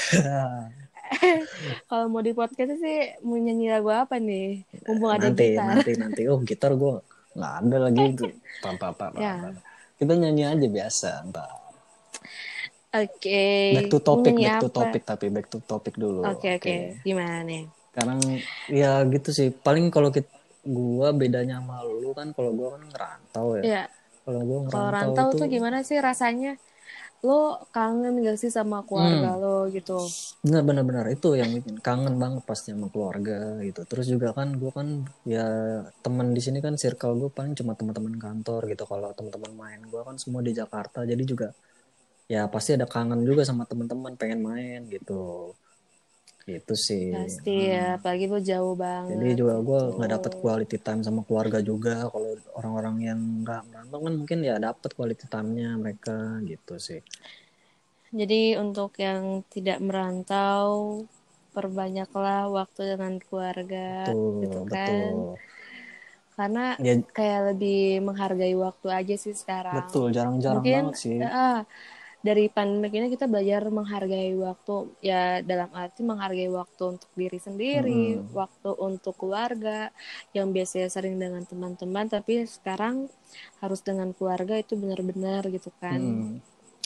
Speaker 1: Kalau mau di podcast sih mau nyanyi lagu apa nih? Mumpung ada
Speaker 2: Nanti,
Speaker 1: gitar.
Speaker 2: nanti. Oh gitar gue nggak ada lagi itu.
Speaker 1: Ya,
Speaker 2: Kita nyanyi aja biasa. Ntar.
Speaker 1: oke. Mau nyanyi
Speaker 2: Back to
Speaker 1: apa?
Speaker 2: topic tapi back to topic dulu.
Speaker 1: Oke,
Speaker 2: Oke.
Speaker 1: oke. Gimana nih?
Speaker 2: Sekarang ya gitu sih. Paling kalau gua bedanya sama lu kan kalau gua kan ngerantau ya.
Speaker 1: Ya,
Speaker 2: Kalau gua
Speaker 1: kalau
Speaker 2: ngerantau
Speaker 1: rantau
Speaker 2: itu
Speaker 1: tuh gimana sih rasanya? Lo kangen gak sih sama keluarga
Speaker 2: hmm,
Speaker 1: lo gitu?
Speaker 2: benar-benar itu yang bikin kangen banget pasti sama keluarga gitu. Terus juga kan gua kan ya teman di sini kan circle gua paling cuma teman-teman kantor gitu. Kalau teman-teman main gua kan semua di Jakarta. Jadi juga ya pasti ada kangen juga sama teman-teman pengen main gitu. Itu sih.
Speaker 1: Pasti ya,
Speaker 2: Hmm.
Speaker 1: apalagi lo jauh
Speaker 2: Jadi
Speaker 1: banget
Speaker 2: juga gue
Speaker 1: gitu.
Speaker 2: nggak dapat quality time sama keluarga juga. Kalau orang-orang yang nggak merantau kan mungkin ya dapat quality time-nya mereka gitu sih.
Speaker 1: Jadi untuk yang tidak merantau, perbanyaklah waktu dengan keluarga
Speaker 2: Betul,
Speaker 1: gitu kan.
Speaker 2: betul.
Speaker 1: karena
Speaker 2: Ya
Speaker 1: kayak lebih menghargai waktu aja sih
Speaker 2: betul,
Speaker 1: sekarang.
Speaker 2: jarang-jarang banget
Speaker 1: Mungkin
Speaker 2: sih.
Speaker 1: dari pandemi ini kita belajar menghargai waktu, ya dalam arti menghargai waktu untuk diri sendiri,
Speaker 2: Mm-mm.
Speaker 1: waktu untuk keluarga yang biasanya sering dengan teman-teman, tapi sekarang harus dengan keluarga itu benar-benar gitu kan.
Speaker 2: Mm-mm.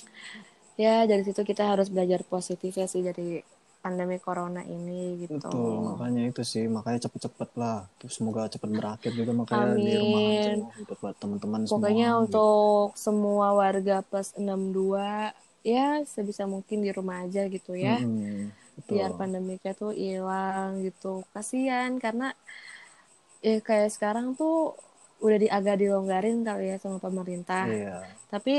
Speaker 1: Ya dari situ kita harus belajar positifnya sih dari pandemi corona ini gitu.
Speaker 2: Betul, makanya itu sih, makanya cepet-cepet lah. Terus semoga cepet berakhir juga, makanya di rumah aja
Speaker 1: Amin.
Speaker 2: gitu buat teman-teman semua
Speaker 1: Pokoknya
Speaker 2: gitu.
Speaker 1: untuk semua warga plus 62 ya sebisa mungkin di rumah aja gitu ya.
Speaker 2: Mm-mm.
Speaker 1: Biar
Speaker 2: Betul.
Speaker 1: pandemiknya tuh hilang gitu. Kasihan karena kayak sekarang tuh udah agak dilonggarin kali ya sama pemerintah.
Speaker 2: Iya.
Speaker 1: Tapi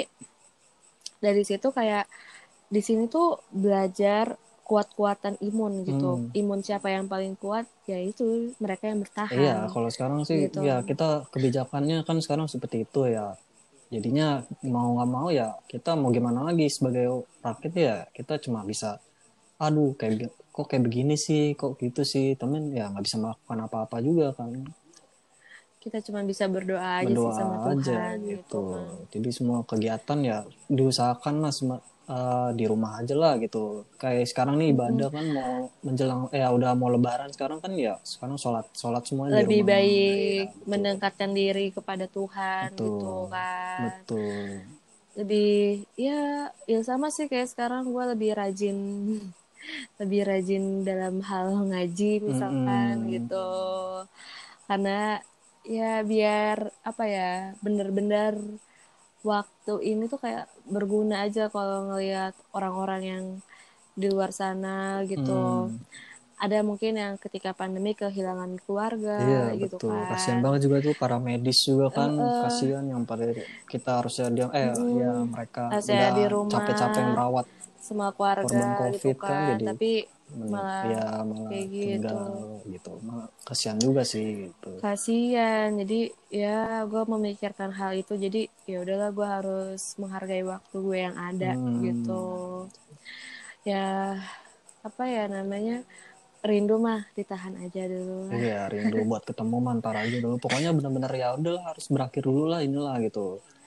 Speaker 1: dari situ kayak di sini tuh belajar kuat-kuatan imun gitu.
Speaker 2: Hmm.
Speaker 1: Imun siapa yang paling kuat, ya itu mereka yang
Speaker 2: Iya,
Speaker 1: bertahan
Speaker 2: kalau sekarang sih
Speaker 1: gitu.
Speaker 2: ya kita kebijakannya kan sekarang seperti itu ya. Jadinya mau nggak mau ya kita mau gimana lagi sebagai rakyat ya kita cuma bisa, aduh kok kayak begini sih, kok gitu sih, temen ya nggak bisa melakukan apa-apa juga kan.
Speaker 1: Kita cuma bisa berdoa aja sih
Speaker 2: Berdoa
Speaker 1: sama
Speaker 2: aja
Speaker 1: Tuhan
Speaker 2: gitu.
Speaker 1: gitu kan.
Speaker 2: Jadi semua kegiatan ya diusahakan lah di rumah aja lah gitu. Kayak sekarang nih
Speaker 1: Mm-mm.
Speaker 2: ibadah kan mau menjelang udah mau Lebaran sekarang kan ya sekarang sholat sholat semua di
Speaker 1: Lebih
Speaker 2: rumah. Ya
Speaker 1: baik
Speaker 2: betul
Speaker 1: mendekatkan diri kepada Tuhan gitu
Speaker 2: betul
Speaker 1: kan.
Speaker 2: betul.
Speaker 1: Lebih ya sama sih kayak sekarang gue lebih rajin lebih rajin dalam hal ngaji misalkan
Speaker 2: Mm-mm.
Speaker 1: gitu, karena ya biar apa ya bener-bener waktu ini tuh kayak berguna aja kalau ngelihat orang-orang yang di luar sana gitu.
Speaker 2: Mm.
Speaker 1: Ada mungkin yang ketika pandemi kehilangan
Speaker 2: Iya
Speaker 1: keluarga gitu
Speaker 2: betul. Kasihan
Speaker 1: kan.
Speaker 2: banget juga tuh para medis juga kan,
Speaker 1: eh
Speaker 2: kasihan yang pada kita harusnya dia ya mereka
Speaker 1: Saya
Speaker 2: udah
Speaker 1: di
Speaker 2: capek-capek
Speaker 1: rumah
Speaker 2: merawat
Speaker 1: sama
Speaker 2: korban
Speaker 1: keluarga gitu
Speaker 2: COVID kan
Speaker 1: kan,
Speaker 2: jadi
Speaker 1: tapi
Speaker 2: ya
Speaker 1: malah
Speaker 2: malah
Speaker 1: kayak gitu.
Speaker 2: tinggal gitu. Malah kasihan juga sih gitu.
Speaker 1: Kasian, jadi ya gue memikirkan hal itu, jadi ya udahlah gue harus menghargai waktu gue yang ada gitu.
Speaker 2: Hmm,
Speaker 1: Ya apa ya namanya, rindu mah ditahan aja dulu lah.
Speaker 2: iya rindu buat ketemu mantar aja dulu. Pokoknya bener-bener ya udah harus berakhir dulu lah inilah gitu.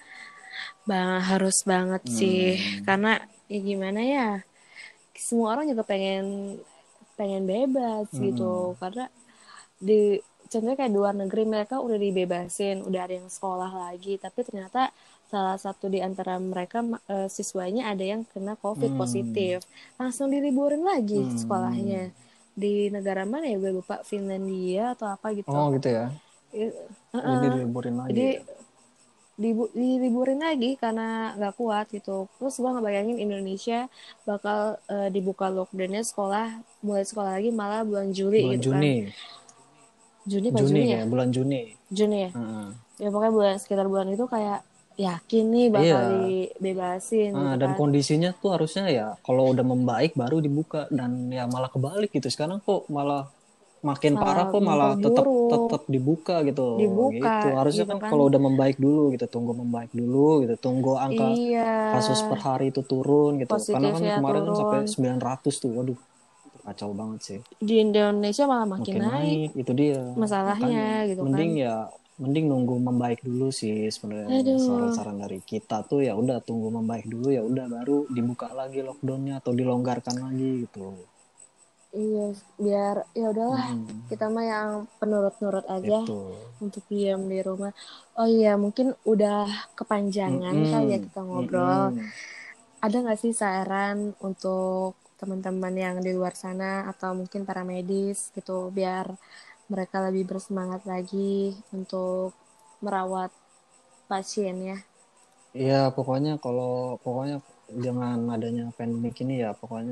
Speaker 1: Bang, harus banget sih
Speaker 2: Hmm,
Speaker 1: karena ya gimana ya, semua orang juga pengen pengen bebas
Speaker 2: hmm,
Speaker 1: gitu, karena di contohnya kayak di luar negeri mereka udah dibebasin, udah ada yang sekolah lagi, tapi ternyata salah satu di antara mereka siswanya ada yang kena COVID
Speaker 2: hmm,
Speaker 1: positif, langsung diliburin lagi
Speaker 2: hmm.
Speaker 1: sekolahnya. Di negara mana ya gue lupa, Finlandia atau apa
Speaker 2: Oh
Speaker 1: gitu.
Speaker 2: gitu ya. Jadi
Speaker 1: Uh-uh.
Speaker 2: diliburin lagi
Speaker 1: Jadi
Speaker 2: ya.
Speaker 1: diliburin lagi karena nggak kuat gitu. Terus gue ngebayangin Indonesia bakal dibuka lockdownnya sekolah, mulai sekolah lagi malah bulan Juli
Speaker 2: Bulan
Speaker 1: gitu kan.
Speaker 2: Juni,
Speaker 1: Juni apa
Speaker 2: Juni
Speaker 1: Juni ya?
Speaker 2: kayak bulan Juni.
Speaker 1: Juni ya?
Speaker 2: Heeh.
Speaker 1: Ya pokoknya sekitar bulan itu kayak yakin nih bakal
Speaker 2: Iya.
Speaker 1: dibebasin gitu
Speaker 2: Dan
Speaker 1: kan.
Speaker 2: kondisinya tuh harusnya ya kalau udah membaik baru dibuka dan ya malah kebalik gitu. Sekarang kok malah makin parah
Speaker 1: Malah
Speaker 2: kok malah tetap
Speaker 1: memperburuk,
Speaker 2: tetap dibuka gitu. Gitu.
Speaker 1: dibuka
Speaker 2: Harusnya
Speaker 1: gitu
Speaker 2: kan
Speaker 1: kan.
Speaker 2: kalau udah membaik dulu gitu, tunggu membaik dulu gitu, tunggu angka
Speaker 1: Iya,
Speaker 2: kasus per hari itu turun gitu. Karena kan
Speaker 1: positifnya
Speaker 2: kemarin kan sampai
Speaker 1: turun.
Speaker 2: 900 tuh. Waduh, itu kacau banget sih.
Speaker 1: Di Indonesia malah makin
Speaker 2: Makin
Speaker 1: naik
Speaker 2: naik itu dia. Makanya
Speaker 1: masalahnya gitu kan.
Speaker 2: mending nunggu membaik dulu sih sebenarnya.
Speaker 1: Aduh,
Speaker 2: Saran-saran dari kita tuh ya udah tunggu membaik dulu ya udah baru dibuka lagi lockdownnya atau dilonggarkan lagi gitu.
Speaker 1: iya, biar ya udahlah
Speaker 2: Mm-mm.
Speaker 1: kita mah yang penurut-nurut aja
Speaker 2: Itu.
Speaker 1: untuk diam di rumah. Oh iya, mungkin udah kepanjangan kali ya
Speaker 2: Mm-mm.
Speaker 1: kita ngobrol.
Speaker 2: Mm-mm.
Speaker 1: Ada nggak sih saran untuk teman-teman yang di luar sana atau mungkin para medis gitu biar mereka lebih bersemangat lagi untuk merawat pasien ya?
Speaker 2: Iya pokoknya dengan adanya pandemik ini ya pokoknya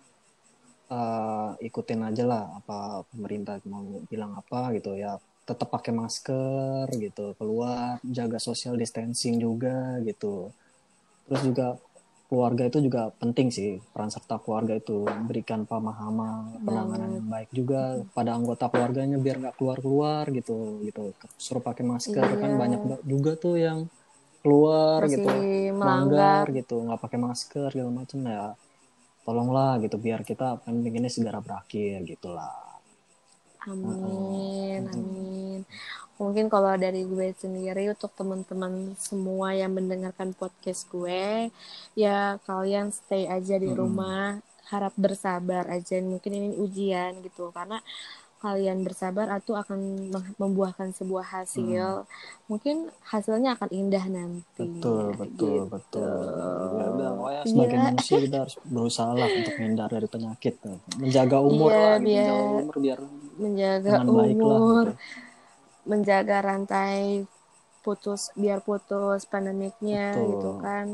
Speaker 2: ikutin aja lah apa pemerintah mau bilang apa gitu ya, tetap pakai masker gitu, keluar jaga social distancing juga gitu. Terus juga keluarga itu juga penting sih, peran serta keluarga itu berikan pemahaman penanganan
Speaker 1: Banget.
Speaker 2: yang baik juga pada anggota keluarganya biar nggak keluar keluar gitu gitu, suruh pakai masker kan
Speaker 1: Iya,
Speaker 2: banyak juga tuh yang keluar
Speaker 1: masih
Speaker 2: gitu melanggar
Speaker 1: melanggar.
Speaker 2: gitu nggak pakai masker segala macam ya, tolonglah gitu biar kita pandemi ini segera berakhir gitulah. Heeh.
Speaker 1: Amin,
Speaker 2: Mm-mm.
Speaker 1: amin. Mungkin kalau dari gue sendiri untuk teman-teman semua yang mendengarkan podcast gue, ya kalian stay aja di rumah, harap bersabar aja. Mungkin ini ujian gitu, karena kalian bersabar atau akan membuahkan sebuah hasil. Mungkin hasilnya akan indah
Speaker 2: Betul,
Speaker 1: nantinya
Speaker 2: betul,
Speaker 1: gitu.
Speaker 2: betul. Ya udah, pokoknya sebagai
Speaker 1: Gila.
Speaker 2: manusia kita harus berusaha lah untuk menghindar dari penyakit tuh. Menjaga umur
Speaker 1: Iya,
Speaker 2: lah gitu, menjaga
Speaker 1: biar
Speaker 2: umur biar
Speaker 1: menjaga
Speaker 2: dengan baik lah
Speaker 1: umur,
Speaker 2: gitu.
Speaker 1: menjaga rantai biar putus pandemiknya gitu
Speaker 2: Betul.
Speaker 1: kan.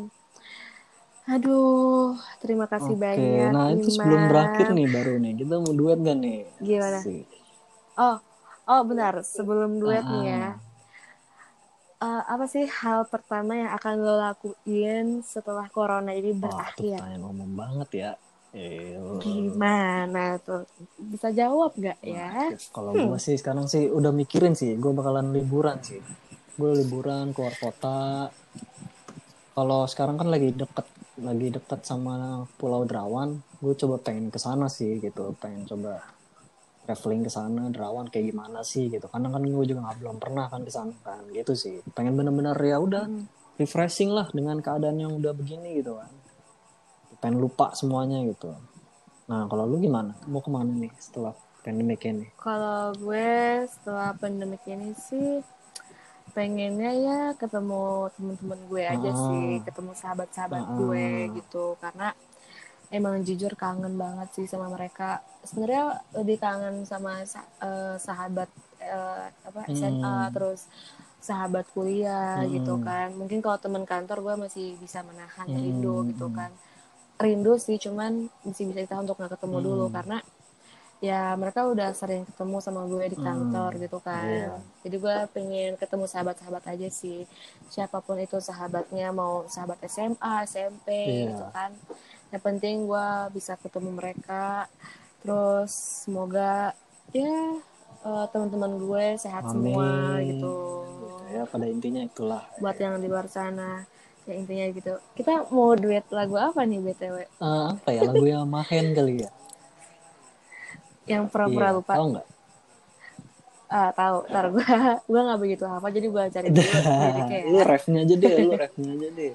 Speaker 1: Aduh, terima kasih
Speaker 2: Oke,
Speaker 1: banyak
Speaker 2: nah itu sebelum berakhir
Speaker 1: Imam.
Speaker 2: nih baru nih, kita mau duet gak nih?
Speaker 1: Gimana?
Speaker 2: Asik.
Speaker 1: Oh, oh benar. Sebelum duet nih ya,
Speaker 2: Ah,
Speaker 1: apa sih hal pertama yang akan lo lakuin setelah corona ini
Speaker 2: wah, itu
Speaker 1: berakhir?
Speaker 2: pertanyaan umum banget ya. Eh,
Speaker 1: Gimana tuh? Bisa jawab gak
Speaker 2: nah,
Speaker 1: ya?
Speaker 2: kalau gue sih sekarang sih udah mikirin sih, gue bakalan liburan sih. Gue liburan keluar kota. Kalau sekarang kan lagi deket sama Pulau Derawan. Gue coba pengen ke sana sih gitu, pengen coba traveling ke sana, Derawan kayak gimana sih gitu. Karena kan gue juga belum pernah kan ke sana kan, gitu sih. Pengen bener-bener ya udah refreshing lah dengan keadaan yang udah begini gitu kan. Pengen lupa semuanya gitu. Nah, kalau lu gimana? Mau kemana nih setelah pandemic ini?
Speaker 1: Kalau gue setelah pandemik ini sih pengennya ya ketemu teman-teman gue aja sih,
Speaker 2: Ah,
Speaker 1: ketemu sahabat-sahabat gue
Speaker 2: ah,
Speaker 1: gitu, karena emang jujur kangen banget sih sama mereka. Sebenarnya lebih kangen sama sahabat apa SMA,
Speaker 2: hmm,
Speaker 1: terus sahabat kuliah gitu
Speaker 2: hmm,
Speaker 1: kan. Mungkin kalau teman kantor gue masih bisa menahan rindu gitu
Speaker 2: hmm,
Speaker 1: kan. Rindu sih, cuman masih bisa ditahan untuk nggak ketemu dulu,
Speaker 2: hmm,
Speaker 1: karena ya mereka udah sering ketemu sama gue di
Speaker 2: hmm,
Speaker 1: kantor gitu kan.
Speaker 2: iya,
Speaker 1: Jadi gue pengen ketemu sahabat-sahabat aja sih, siapapun itu sahabatnya, mau sahabat SMA, SMP gitu
Speaker 2: iya,
Speaker 1: kan. Yang penting gue bisa ketemu mereka, terus semoga ya teman-teman gue sehat semua
Speaker 2: amin,
Speaker 1: gitu.
Speaker 2: gitu ya. Pada intinya itulah.
Speaker 1: Buat yang di luar sana, ya intinya gitu. Kita mau duet lagu apa nih BTW?
Speaker 2: Apa ya lagu yang Mahen kali ya?
Speaker 1: Yang
Speaker 2: Iya,
Speaker 1: pura-pura lupa.
Speaker 2: tahu nggak?
Speaker 1: Tahu, ntar gue nggak begitu hafal, jadi gue cari dulu liriknya
Speaker 2: Lu
Speaker 1: ya.
Speaker 2: refnya aja deh, lu refnya aja deh.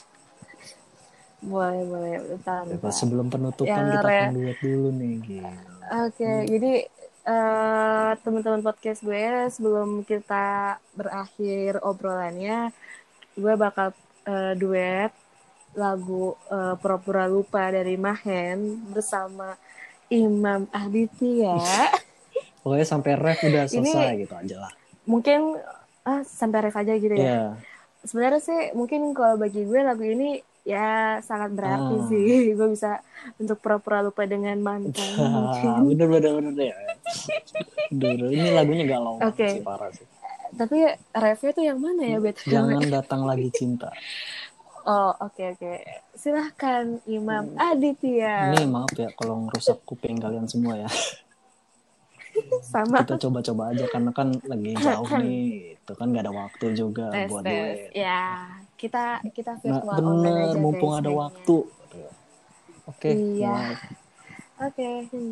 Speaker 1: Boleh, boleh, bentar,
Speaker 2: Ya,
Speaker 1: bentar.
Speaker 2: sebelum penutupan
Speaker 1: Yang
Speaker 2: kita akan duet dulu nih, gila.
Speaker 1: Oke, jadi teman-teman podcast gue, sebelum kita berakhir obrolannya, gue bakal duet lagu Pura-Pura Lupa dari Mahen bersama Imam Aditya.
Speaker 2: Pokoknya sampai ref udah selesai
Speaker 1: Ini
Speaker 2: gitu aja lah.
Speaker 1: mungkin sampai ref aja gitu ya.
Speaker 2: Ya,
Speaker 1: Sebenarnya sih mungkin kalau bagi gue lagu ini ya sangat berarti
Speaker 2: ah,
Speaker 1: sih. Gue bisa untuk pura-pura lupa dengan mantan mungkin.
Speaker 2: bener bener bener deh. Bener, ini lagunya galau
Speaker 1: Oke,
Speaker 2: banget
Speaker 1: okay.
Speaker 2: sih, parah sih.
Speaker 1: Tapi refnya tuh yang mana ya BTW?
Speaker 2: Jangan datang lagi cinta.
Speaker 1: Oh, oke, okay, oke. Okay. Silahkan Imam Aditya.
Speaker 2: Ini maaf ya kalau ngerusak kuping kalian semua ya.
Speaker 1: Sama.
Speaker 2: Kita coba-coba aja karena kan lagi jauh nih. Itu kan gak ada waktu juga
Speaker 1: Tes,
Speaker 2: buat
Speaker 1: tes.
Speaker 2: duet.
Speaker 1: Ya, kita
Speaker 2: Nggak
Speaker 1: virtual online
Speaker 2: bener,
Speaker 1: aja
Speaker 2: mumpung
Speaker 1: guys
Speaker 2: ada
Speaker 1: baiknya.
Speaker 2: waktu. Oke,
Speaker 1: Iya.
Speaker 2: mulai.
Speaker 1: Oke.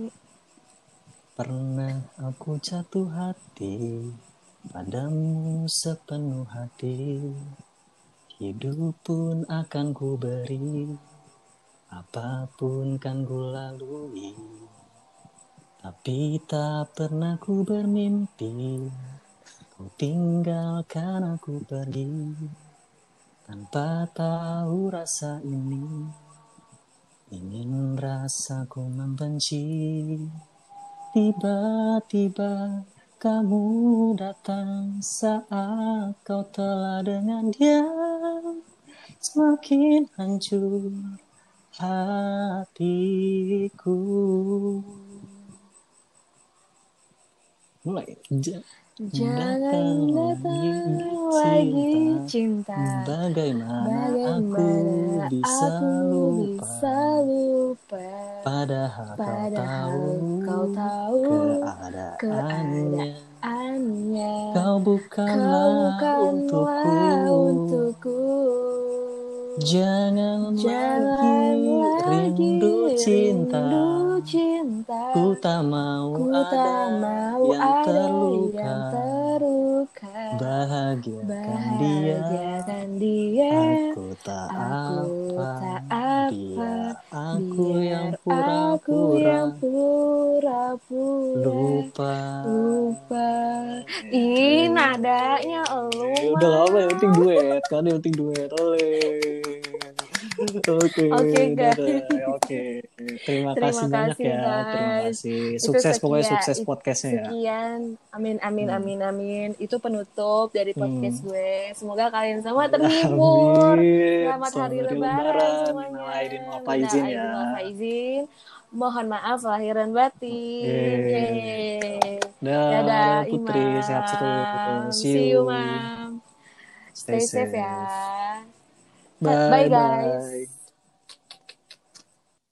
Speaker 2: Pernah aku jatuh hati padamu sepenuh hati. Hidup pun akan ku beri, apapun kan ku lalui. Tapi tak pernah ku bermimpi, kau tinggalkan aku pergi. Tanpa tahu rasa ini, ingin rasaku membenci. Tiba-tiba kamu datang saat kau telah dengan dia. Semakin hancur hatiku. Mulai. Datang
Speaker 1: Jangan
Speaker 2: lagi
Speaker 1: datang
Speaker 2: cinta.
Speaker 1: lagi cinta.
Speaker 2: Bagaimana aku
Speaker 1: Bagaimana
Speaker 2: bisa
Speaker 1: aku
Speaker 2: lupa?
Speaker 1: bisa lupa?
Speaker 2: Padahal kau tahu
Speaker 1: Padahal kau tahu
Speaker 2: keadaannya.
Speaker 1: keadaannya.
Speaker 2: Kau
Speaker 1: Kau
Speaker 2: bukanlah untukku.
Speaker 1: bukanlah untukku.
Speaker 2: Jangan lagi
Speaker 1: Jangan lagi
Speaker 2: rindu cinta.
Speaker 1: rindu cinta.
Speaker 2: Ku tak mau
Speaker 1: Ku
Speaker 2: ada
Speaker 1: tak mau
Speaker 2: yang
Speaker 1: ada
Speaker 2: terluka.
Speaker 1: yang terluka.
Speaker 2: bahagiakan dia.
Speaker 1: bahagiakan dia.
Speaker 2: Aku tak
Speaker 1: Aku
Speaker 2: apa,
Speaker 1: tak apa,
Speaker 2: biar aku yang
Speaker 1: biar aku yang
Speaker 2: pura-pura
Speaker 1: pura-pura
Speaker 2: lupa.
Speaker 1: lupa. Ih, nadanya lu
Speaker 2: Udah gak apa, yang penting
Speaker 1: mah.
Speaker 2: duet kan, yang penting duet. Oke,
Speaker 1: Oke
Speaker 2: dadah.
Speaker 1: guys,
Speaker 2: Oke, terima kasih
Speaker 1: terima
Speaker 2: banyak
Speaker 1: kasih
Speaker 2: ya, terima
Speaker 1: guys.
Speaker 2: kasih.
Speaker 1: Itu
Speaker 2: Sukses, pokoknya
Speaker 1: sekian,
Speaker 2: sukses podcastnya ya.
Speaker 1: sekian. Amin, amin,
Speaker 2: Hmm.
Speaker 1: amin, amin. Itu penutup dari podcast
Speaker 2: Hmm.
Speaker 1: gue. Semoga kalian semua terhibur.
Speaker 2: Amin.
Speaker 1: Selamat hari
Speaker 2: Selamat hari
Speaker 1: Lebaran
Speaker 2: Lebaran.
Speaker 1: semuanya.
Speaker 2: Minal aidin wal
Speaker 1: Minal
Speaker 2: faizin ya.
Speaker 1: aidin wal faizin. Mohon maaf lahir dan batin.
Speaker 2: Yeay.
Speaker 1: Yeay.
Speaker 2: Dah,
Speaker 1: Dadah
Speaker 2: Putri, sehat
Speaker 1: Imam.
Speaker 2: terus. See
Speaker 1: See you,
Speaker 2: you.
Speaker 1: Mam.
Speaker 2: Stay
Speaker 1: Stay safe ya.
Speaker 2: safe.
Speaker 1: Bye
Speaker 2: Bye
Speaker 1: guys.
Speaker 2: bye.